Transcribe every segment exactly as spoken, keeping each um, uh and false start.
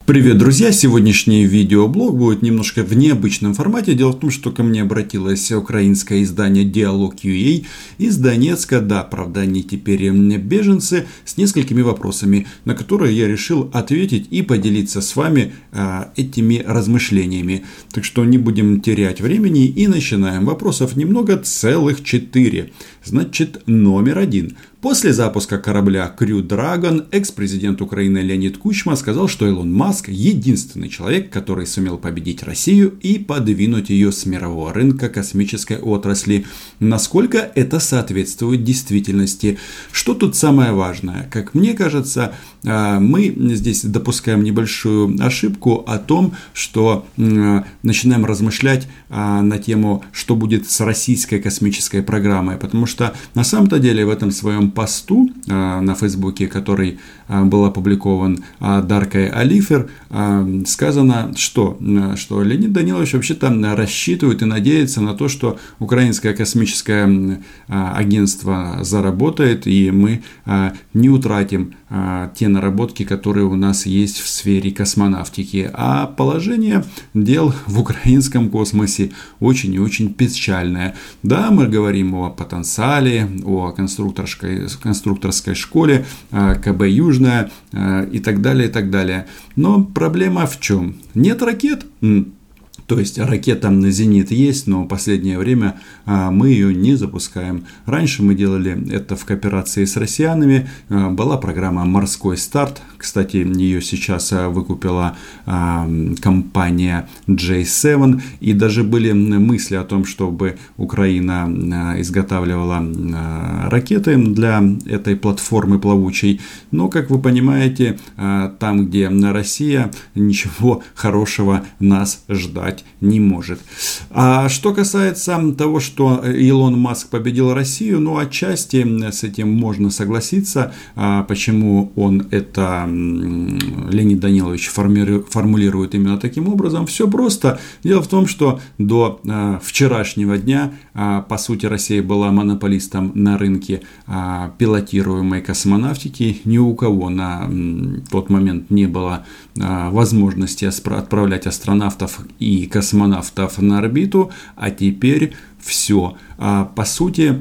Привет, друзья! Сегодняшний видеоблог будет немножко в необычном формате. Дело в том, что ко мне обратилось украинское издание Диалог.ua из Донецка. Да, правда, они теперь беженцы, с несколькими вопросами, на которые я решил ответить и поделиться с вами а, этими размышлениями. Так что не будем терять времени и начинаем. Вопросов немного, целых четыре. Значит, номер один. После запуска корабля Crew Dragon экс-президент Украины Леонид Кучма сказал, что Илон Маск единственный человек, который сумел победить Россию и подвинуть ее с мирового рынка космической отрасли. Насколько это соответствует действительности? Что тут самое важное? Как мне кажется, мы здесь допускаем небольшую ошибку о том, что начинаем размышлять на тему, что будет с российской космической программой. Потому что на самом-то деле в этом своем посту э, на Фейсбуке, который э, был опубликован э, Даркой Алифер, э, сказано, что, э, что Леонид Данилович вообще-то рассчитывает и надеется на то, что украинское космическое э, агентство заработает, и мы э, не утратим э, те наработки, которые у нас есть в сфере космонавтики. А положение дел в украинском космосе очень и очень печальное. Да, мы говорим о потенциале, о конструкторской конструкторской школе, КБ Южная и так далее, и так далее. Но проблема в чем? Нет ракет. То есть ракета на «Зенит» есть, но в последнее время мы ее не запускаем. Раньше мы делали это в кооперации с россиянами. Была программа «Морской старт». Кстати, ее сейчас выкупила компания джей семь. И даже были мысли о том, чтобы Украина изготавливала ракеты для этой платформы плавучей. Но, как вы понимаете, там, где Россия, ничего хорошего нас ждать не может. А что касается того, что Илон Маск победил Россию, ну, отчасти с этим можно согласиться. А почему он это, Леонид Данилович, формулирует именно таким образом? Все просто. Дело в том, что до а, вчерашнего дня, а, по сути, Россия была монополистом на рынке а, пилотируемой космонавтики. Ни у кого на м, тот момент не было а, возможности отправлять астронавтов и космонавтов на орбиту, а теперь все. По сути,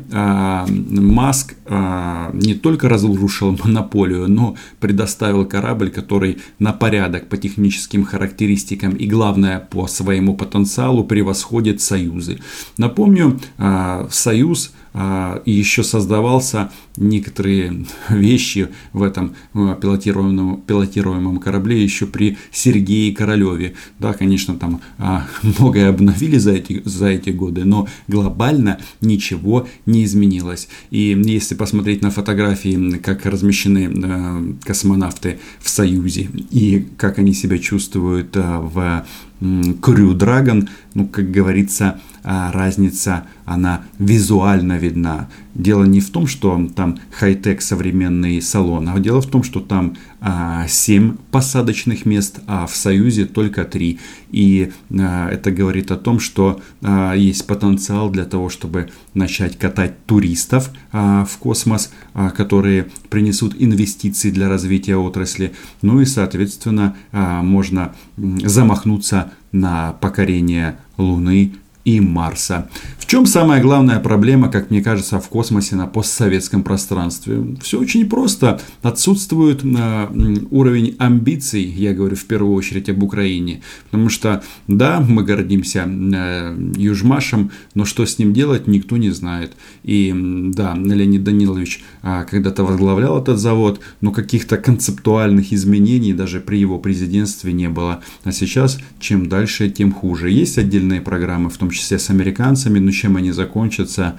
Маск не только разрушил монополию, но предоставил корабль, который на порядок по техническим характеристикам и, главное, по своему потенциалу превосходит союзы. Напомню, союз еще создавался, некоторые вещи в этом пилотируемом, пилотируемом корабле еще при Сергее Королеве. Да, конечно, там многое обновили за эти, за эти годы, но глобально ничего не изменилось. И если посмотреть на фотографии, как размещены космонавты в Союзе и как они себя чувствуют в Crew Dragon, ну, как говорится, разница, она визуально видна. Дело не в том, что там хай-тек современный салон, а дело в том, что там а, семь посадочных мест, а в Союзе только три. И а, это говорит о том, что а, есть потенциал для того, чтобы начать катать туристов а, в космос, а, которые принесут инвестиции для развития отрасли. Ну и, соответственно, а, можно замахнуться на покорение Луны и Марса. В чем самая главная проблема, как мне кажется, в космосе на постсоветском пространстве? Все очень просто. Отсутствует э, уровень амбиций, я говорю в первую очередь об Украине. Потому что, да, мы гордимся э, Южмашем, но что с ним делать, никто не знает. И да, Леонид Данилович э, когда-то возглавлял этот завод, но каких-то концептуальных изменений даже при его президентстве не было. А сейчас, чем дальше, тем хуже. Есть отдельные программы, в том числе с американцами, но чем они закончатся,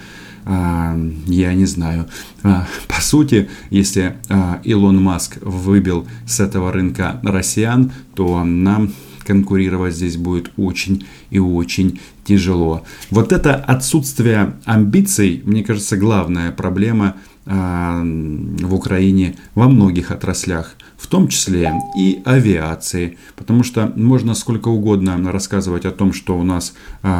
я не знаю. По сути, если Илон Маск выбил с этого рынка россиян, то нам конкурировать здесь будет очень и очень тяжело. Вот это отсутствие амбиций, мне кажется, главная проблема в Украине во многих отраслях, в том числе и авиации, потому что можно сколько угодно рассказывать о том, что у нас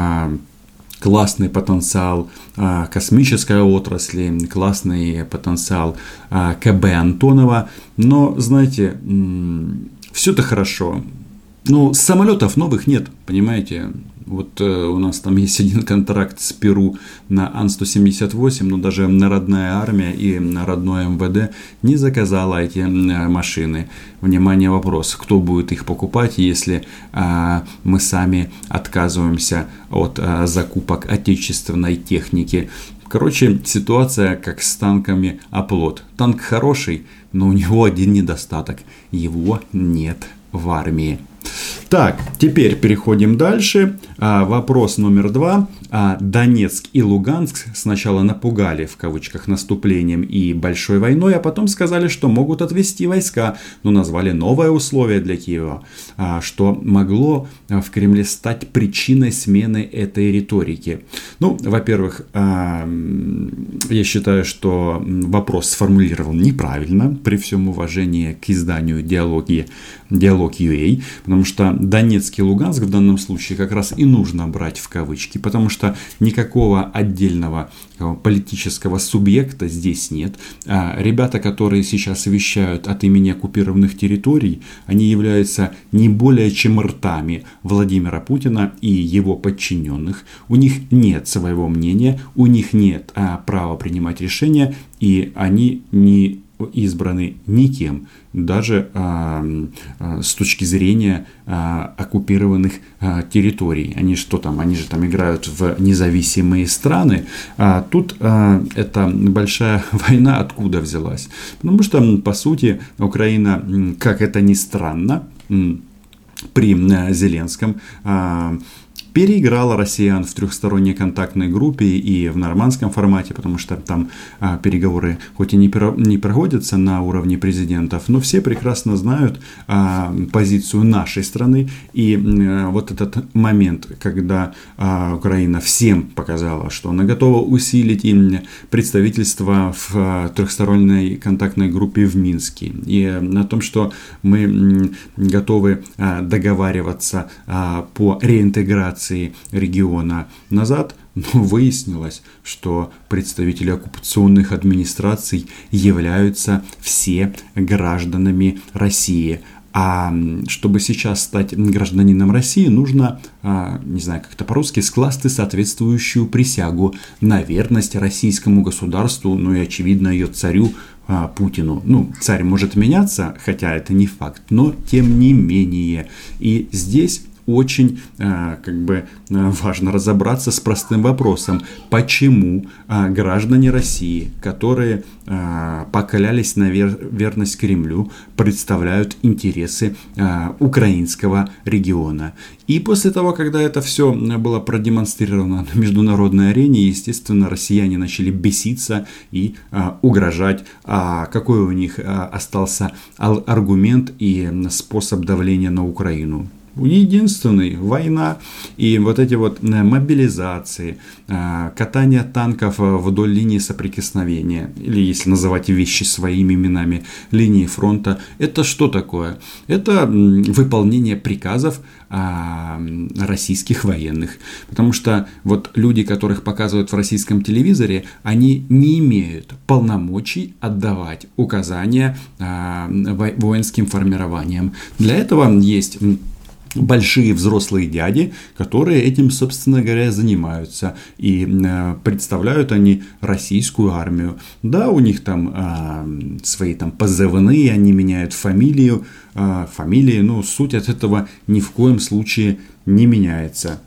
классный потенциал космической отрасли, классный потенциал КБ Антонова, но, знаете, все-то хорошо. Ну, самолетов новых нет, понимаете. Вот э, у нас там есть один контракт с Перу на Ан сто семьдесят восемь, но даже родная армия и родное эм вэ дэ не заказала эти э, машины. Внимание, вопрос, кто будет их покупать, если э, мы сами отказываемся от э, закупок отечественной техники. Короче, ситуация как с танками оплот. Танк хороший, но у него один недостаток. Его нет в армии. Так, теперь переходим дальше. А, вопрос номер два. А, Донецк и Луганск сначала напугали, в кавычках, наступлением и большой войной, а потом сказали, что могут отвести войска, но назвали новое условие для Киева, а, что могло в Кремле стать причиной смены этой риторики. Ну, во-первых, а, я считаю, что вопрос сформулирован неправильно, при всем уважении к изданию «Диалоги», «Диалог.ua», потому что Донецк и Луганск в данном случае как раз и нужно брать в кавычки, потому что никакого отдельного политического субъекта здесь нет. А ребята, которые сейчас вещают от имени оккупированных территорий, они являются не более чем ртами Владимира Путина и его подчиненных. У них нет своего мнения, у них нет а, права принимать решения, и они не избраны никем, даже а, а, с точки зрения а, оккупированных а, территорий. Они что там? Они же там играют в независимые страны. А тут а, эта большая война откуда взялась? Потому что, по сути, Украина, как это ни странно, при Зеленском а, переиграла россиян в трехсторонней контактной группе и в нормандском формате, потому что там а, переговоры хоть и не, не проводятся на уровне президентов, но все прекрасно знают а, позицию нашей страны. И а, вот этот момент, когда а, Украина всем показала, что она готова усилить им представительство в а, трехсторонней контактной группе в Минске, и о том, что мы м, готовы а, договариваться а, по реинтеграции региона назад, но выяснилось, что представители оккупационных администраций являются все гражданами России. А чтобы сейчас стать гражданином России, нужно, не знаю, как-то по-русски, скласти соответствующую присягу на верность российскому государству, ну и, очевидно, ее царю Путину. Ну, царь может меняться, хотя это не факт, но тем не менее. И здесь очень как бы важно разобраться с простым вопросом, почему граждане России, которые поклялись на верность Кремлю, представляют интересы украинского региона. И после того, когда это все было продемонстрировано на международной арене, естественно, россияне начали беситься и угрожать. А какой у них остался аргумент и способ давления на Украину? Единственный — война. И вот эти вот мобилизации, катание танков вдоль линии соприкосновения, или, если называть вещи своими именами, линии фронта, это что такое? Это выполнение приказов российских военных. Потому что вот люди, которых показывают в российском телевизоре, они не имеют полномочий отдавать указания воинским формированиям. Для этого есть большие взрослые дяди, которые этим, собственно говоря, занимаются. И э, представляют они российскую армию. Да, у них там э, свои там позывные, они меняют фамилию, э, фамилии, но суть от этого ни в коем случае не меняется.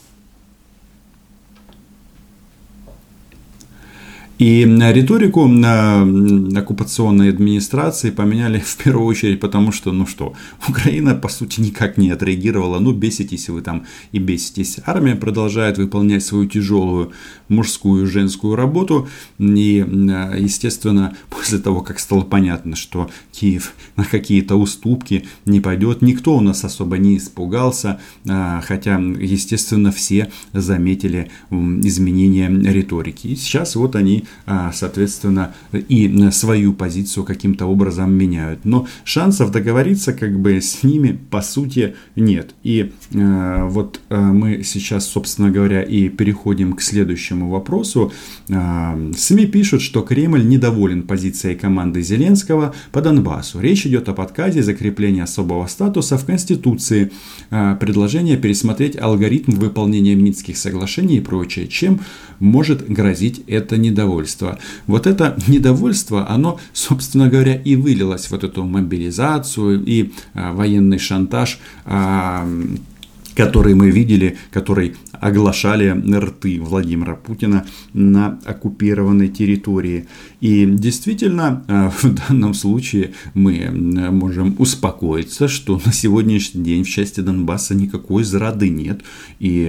И риторику оккупационной администрации поменяли в первую очередь потому, что, ну что, Украина, по сути, никак не отреагировала. Ну, беситесь вы там и беситесь. Армия продолжает выполнять свою тяжелую мужскую, женскую работу. И, естественно, после того, как стало понятно, что Киев на какие-то уступки не пойдет, никто у нас особо не испугался. Хотя, естественно, все заметили изменения риторики. И сейчас вот они они, соответственно, и свою позицию каким-то образом меняют. Но шансов договориться как бы с ними по сути нет. И э, вот э, мы сейчас, собственно говоря, и переходим к следующему вопросу. Э, СМИ пишут, что Кремль недоволен позицией команды Зеленского по Донбассу. Речь идет об отказе закрепления особого статуса в Конституции, э, предложение пересмотреть алгоритм выполнения Минских соглашений и прочее, чем может грозить это недовольство. Вот это недовольство, оно, собственно говоря, и вылилось в вот эту мобилизацию и а, военный шантаж, а, который мы видели, который оглашали рты Владимира Путина на оккупированной территории. И действительно, в данном случае мы можем успокоиться, что на сегодняшний день в части Донбасса никакой зрады нет. И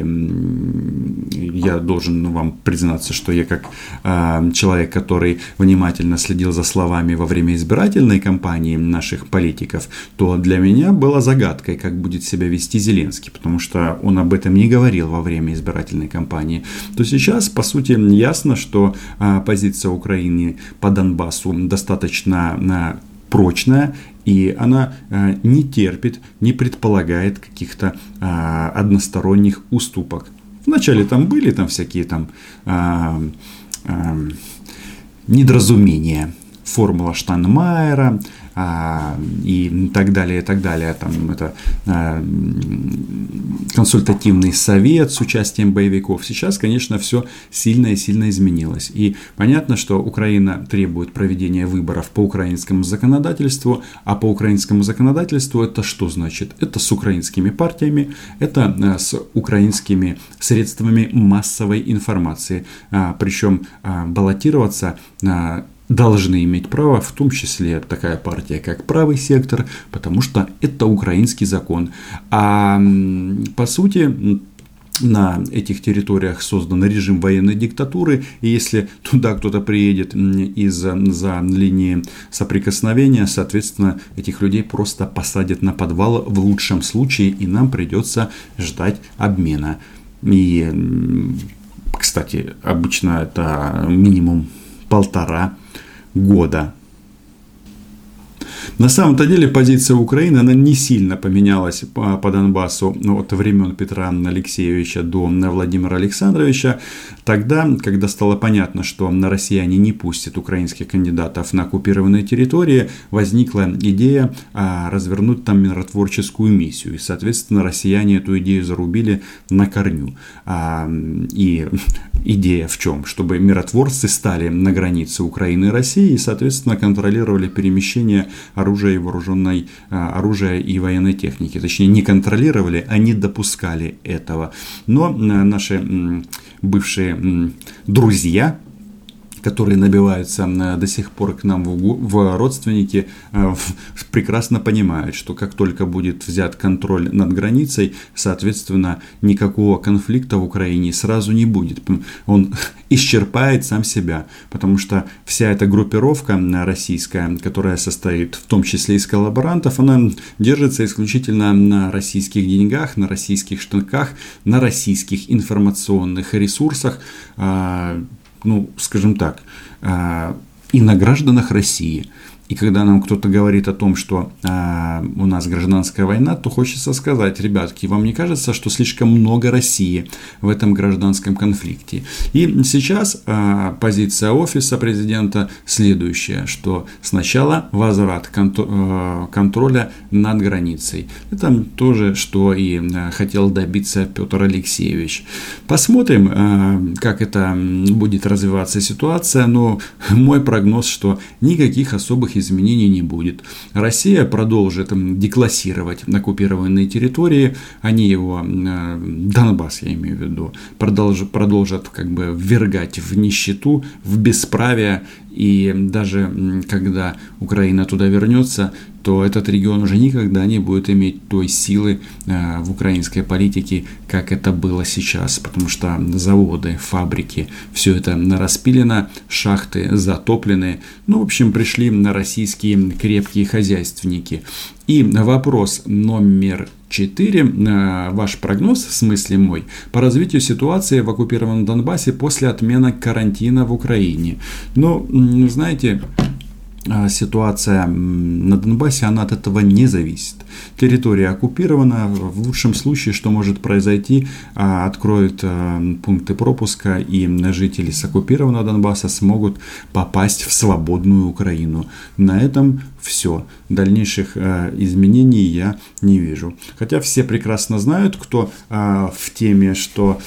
я должен вам признаться, что я как человек, который внимательно следил за словами во время избирательной кампании наших политиков, то для меня было загадкой, как будет себя вести Зеленский, потому что он об этом не говорил во время избирательной кампании, то сейчас, по сути, ясно, что а, позиция Украины по Донбассу достаточно а, прочная, и она а, не терпит, не предполагает каких-то а, односторонних уступок. Вначале там были там всякие там а, а, недоразумения, формула Штайнмайера, а, и так далее, и так далее. Там это а, консультативный совет с участием боевиков. Сейчас, конечно, все сильно и сильно изменилось. И понятно, что Украина требует проведения выборов по украинскому законодательству, а по украинскому законодательству это что значит? Это с украинскими партиями, это а, с украинскими средствами массовой информации. А, причем а, баллотироваться а, должны иметь право, в том числе такая партия, как Правый сектор, потому что это украинский закон. А по сути, на этих территориях создан режим военной диктатуры, и если туда кто-то приедет из-за линии соприкосновения, соответственно, этих людей просто посадят на подвал в лучшем случае, и нам придется ждать обмена. И, кстати, обычно это минимум полтора года. На самом-то деле позиция Украины, она не сильно поменялась по, по Донбассу от времен Петра Алексеевича до Владимира Александровича. Тогда, когда стало понятно, что россияне не пустят украинских кандидатов на оккупированные территории, возникла идея а, развернуть там миротворческую миссию. И, соответственно, россияне эту идею зарубили на корню. А, и идея в чем? Чтобы миротворцы стали на границе Украины и России и, соответственно, контролировали перемещение оружия и вооруженной оружия и военной техники. Точнее, не контролировали, а не допускали этого. Но наши бывшие друзья, которые набиваются до сих пор к нам в родственники, прекрасно понимают, что как только будет взят контроль над границей, соответственно, никакого конфликта в Украине сразу не будет. Он исчерпает сам себя, потому что вся эта группировка российская, которая состоит в том числе из коллаборантов, она держится исключительно на российских деньгах, на российских штыках, на российских информационных ресурсах, ну, скажем так, и на гражданах России. И когда нам кто-то говорит о том, что а, у нас гражданская война, то хочется сказать: ребятки, вам не кажется, что слишком много России в этом гражданском конфликте? И сейчас а, позиция офиса президента следующая, что сначала возврат контр- контроля над границей. Это тоже, что и а, хотел добиться Петр Алексеевич. Посмотрим, а, как это будет развиваться ситуация, но мой прогноз, что никаких особых изменений не будет. Россия продолжит деклассировать оккупированные территории, они его, Донбасс я имею в виду, продолжат, продолжат как бы ввергать в нищету, в бесправие, и даже когда Украина туда вернется, то этот регион уже никогда не будет иметь той силы э, в украинской политике, как это было сейчас, потому что заводы, фабрики, все это распилено, шахты затоплены, ну, в общем, пришли на российские крепкие хозяйственники. И вопрос номер четыре. Ваш прогноз, в смысле мой, по развитию ситуации в оккупированном Донбассе после отмены карантина в Украине. Ну, знаете, ситуация на Донбассе, она от этого не зависит. Территория оккупирована. В лучшем случае, что может произойти, откроют пункты пропуска, и жители с оккупированного Донбасса смогут попасть в свободную Украину. На этом все. Дальнейших изменений я не вижу. Хотя все прекрасно знают, кто в теме, что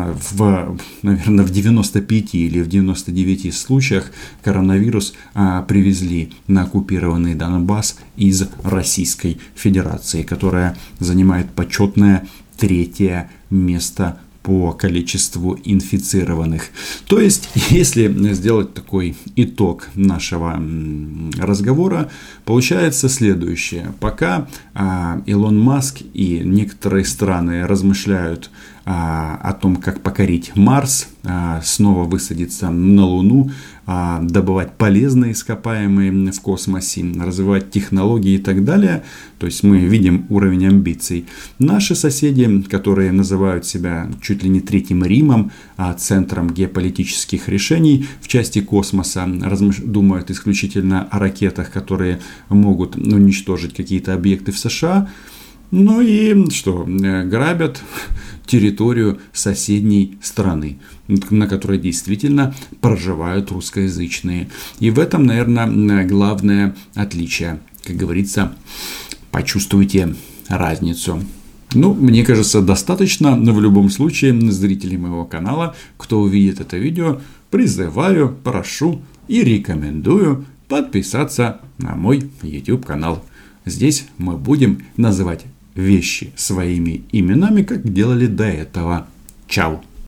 в, наверное, в девяноста пяти или в девяноста девяти случаях коронавирус привезли на оккупированный Донбасс из Российской Федерации, которая занимает почетное третье место по количеству инфицированных. То есть, если сделать такой итог нашего разговора, получается следующее. Пока а, Илон Маск и некоторые страны размышляют а, о том, как покорить Марс, а, снова высадиться на Луну, а, добывать полезные ископаемые в космосе, развивать технологии и так далее, то есть мы видим уровень амбиций. Наши соседи, которые называют себя чуть ли не Третьим Римом, а центром геополитических решений в части космоса, размыш... думают исключительно о ракетах, которые могут уничтожить какие-то объекты в США. Ну и что, грабят территорию соседней страны, на которой действительно проживают русскоязычные. И в этом, наверное, главное отличие. Как говорится, почувствуйте разницу. Ну, мне кажется, достаточно, но в любом случае зрители моего канала, кто увидит это видео, призываю, прошу и рекомендую подписаться на мой YouTube канал. Здесь мы будем называть вещи своими именами, как делали до этого. Чао!